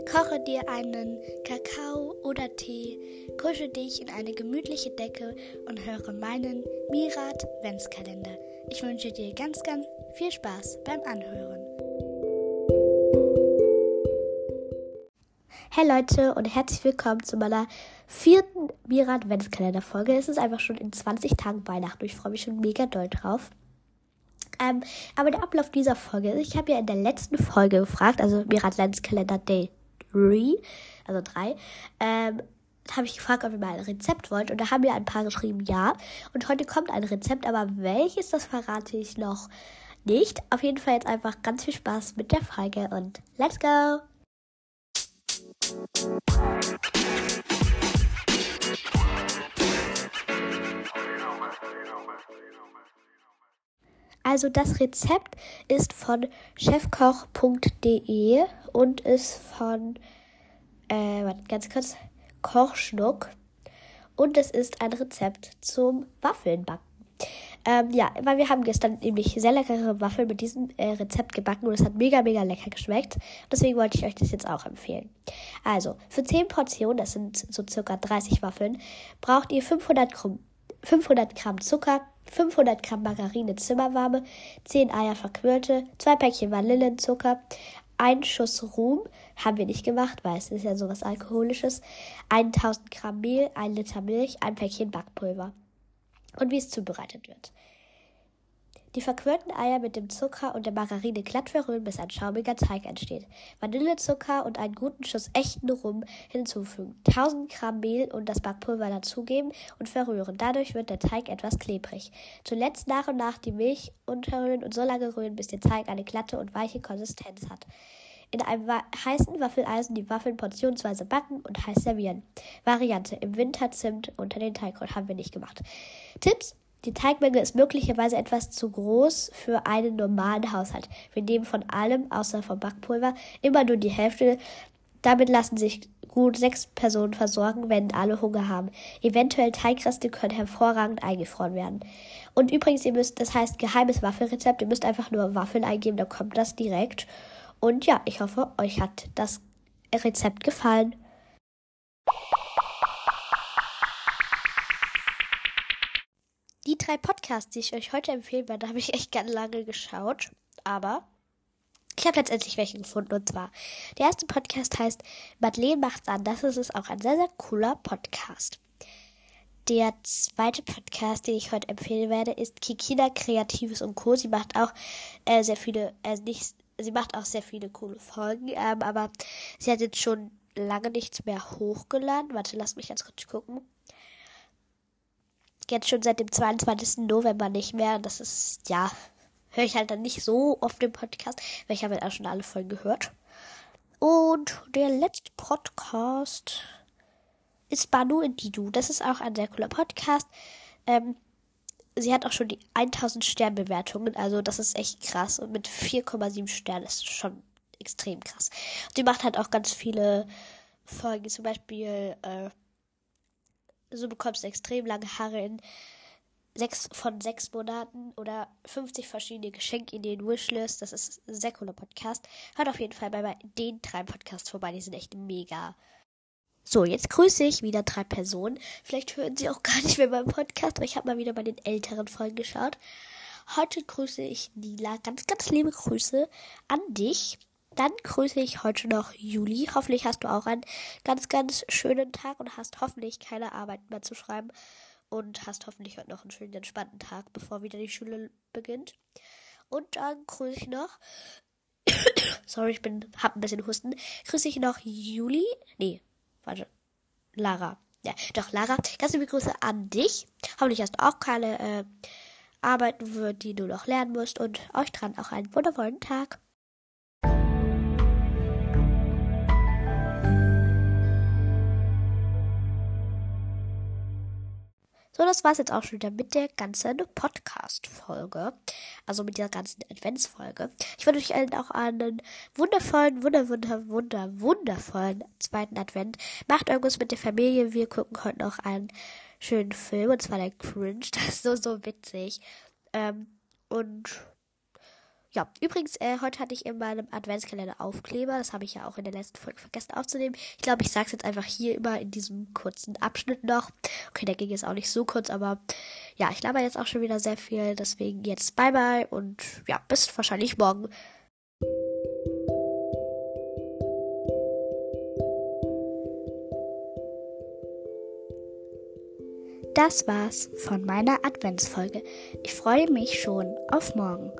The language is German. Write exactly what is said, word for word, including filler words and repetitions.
Koche dir einen Kakao oder Tee, kusche dich in eine gemütliche Decke und höre meinen Mirat-Ventskalender. Ich wünsche dir ganz, ganz viel Spaß beim Anhören. Hey Leute und herzlich willkommen zu meiner vierten Mirat-Ventskalender-Folge. Es ist einfach schon in zwanzig Tagen Weihnachten. Ich freue mich schon mega doll drauf. Ähm, aber der Ablauf dieser Folge, ich habe ja in der letzten Folge gefragt, also Mirat-Ventskalender Day drei, also drei, ähm, habe ich gefragt, ob ihr mal ein Rezept wollt. Und da haben mir ein paar geschrieben, ja. Und heute kommt ein Rezept, aber welches, das verrate ich noch nicht. Auf jeden Fall jetzt einfach ganz viel Spaß mit der Folge und let's go! Also das Rezept ist von chefkoch punkt de und ist von, äh, warte, ganz kurz, Kochschnuck. Und es ist ein Rezept zum Waffeln backen. Ähm, ja, weil wir haben gestern nämlich sehr leckere Waffeln mit diesem äh, Rezept gebacken und es hat mega, mega lecker geschmeckt. Deswegen wollte ich euch das jetzt auch empfehlen. Also, für zehn Portionen, das sind so circa dreißig Waffeln, braucht ihr fünfhundert Gramm Zucker, fünfhundert Gramm Margarine zimmerwarme, zehn Eier verquirlte, zwei Päckchen Vanillenzucker, ein Schuss Rum, haben wir nicht gemacht, weil es ist ja sowas Alkoholisches, tausend Gramm Mehl, ein Liter Milch, ein Päckchen Backpulver. Und wie es zubereitet wird. Die verquirlten Eier mit dem Zucker und der Margarine glatt verrühren, bis ein schaumiger Teig entsteht. Vanillezucker und einen guten Schuss echten Rum hinzufügen. tausend Gramm Mehl und das Backpulver dazugeben und verrühren. Dadurch wird der Teig etwas klebrig. Zuletzt nach und nach die Milch unterrühren und so lange rühren, bis der Teig eine glatte und weiche Konsistenz hat. In einem wa- heißen Waffeleisen die Waffeln portionsweise backen und heiß servieren. Variante: im Winter Zimt unter den Teigrund, haben wir nicht gemacht. Tipps: Die Teigmenge ist möglicherweise etwas zu groß für einen normalen Haushalt. Wir nehmen von allem, außer vom Backpulver, immer nur die Hälfte. Damit lassen sich gut sechs Personen versorgen, wenn alle Hunger haben. Eventuell Teigreste können hervorragend eingefroren werden. Und übrigens, ihr müsst, das heißt geheimes Waffelrezept, ihr müsst einfach nur Waffeln eingeben, dann kommt das direkt. Und ja, ich hoffe, euch hat das Rezept gefallen. Die drei Podcasts, die ich euch heute empfehlen werde, habe ich echt ganz lange geschaut. Aber ich habe letztendlich welche gefunden. Und zwar, der erste Podcast heißt Madeleine macht's anders. Das ist auch ein sehr, sehr cooler Podcast. Der zweite Podcast, den ich heute empfehlen werde, ist Kikina Kreatives und Co. Sie macht auch äh, sehr viele, äh, nicht Sie macht auch sehr viele coole Folgen, ähm, aber sie hat jetzt schon lange nichts mehr hochgeladen. Warte, lass mich ganz kurz gucken. Jetzt schon seit dem zweiundzwanzigsten November nicht mehr. Das ist, ja, höre ich halt dann nicht so oft im Podcast, weil ich habe halt auch schon alle Folgen gehört. Und der letzte Podcast ist Banu und Didu. Das ist auch ein sehr cooler Podcast. Ähm, Sie hat auch schon die tausend Sternbewertungen, also das ist echt krass. Und mit vier Komma sieben Sternen ist schon extrem krass. Und sie macht halt auch ganz viele Folgen, zum Beispiel, äh, so bekommst du extrem lange Haare in sechs von sechs Monaten oder fünfzig verschiedene Geschenkideen, Wishlist. Das ist ein sehr cooler Podcast. Hört auf jeden Fall bei den drei Podcasts vorbei, die sind echt mega. So, jetzt grüße ich wieder drei Personen. Vielleicht hören sie auch gar nicht mehr beim Podcast, aber ich habe mal wieder bei den älteren Folgen geschaut. Heute grüße ich Nila. Ganz, ganz liebe Grüße an dich. Dann grüße ich heute noch Juli. Hoffentlich hast du auch einen ganz, ganz schönen Tag und hast hoffentlich keine Arbeit mehr zu schreiben. Und hast hoffentlich heute noch einen schönen, entspannten Tag, bevor wieder die Schule beginnt. Und dann grüße ich noch... Sorry, ich bin, hab ein bisschen Husten. Grüße ich noch Juli. Nee. Warte, Lara. Ja, doch, Lara, ganz liebe Grüße an dich. Hoffentlich hast du auch keine äh, Arbeiten, die du noch lernen musst. Und euch dran auch einen wundervollen Tag. So, das war's jetzt auch schon wieder mit der ganzen Podcast-Folge. Also mit der ganzen Adventsfolge. Ich wünsche euch allen auch einen wundervollen, wunder, wunder, wunder, wundervollen zweiten Advent. Macht irgendwas mit der Familie. Wir gucken heute noch einen schönen Film. Und zwar der Cringe. Das ist so, so witzig. Ähm, und Ja, übrigens, äh, heute hatte ich in meinem Adventskalender Aufkleber. Das habe ich ja auch in der letzten Folge vergessen aufzunehmen. Ich glaube, ich sage es jetzt einfach hier immer in diesem kurzen Abschnitt noch. Okay, der ging jetzt auch nicht so kurz, aber ja, ich laber jetzt auch schon wieder sehr viel. Deswegen jetzt bye bye und ja, bis wahrscheinlich morgen. Das war's von meiner Adventsfolge. Ich freue mich schon auf morgen.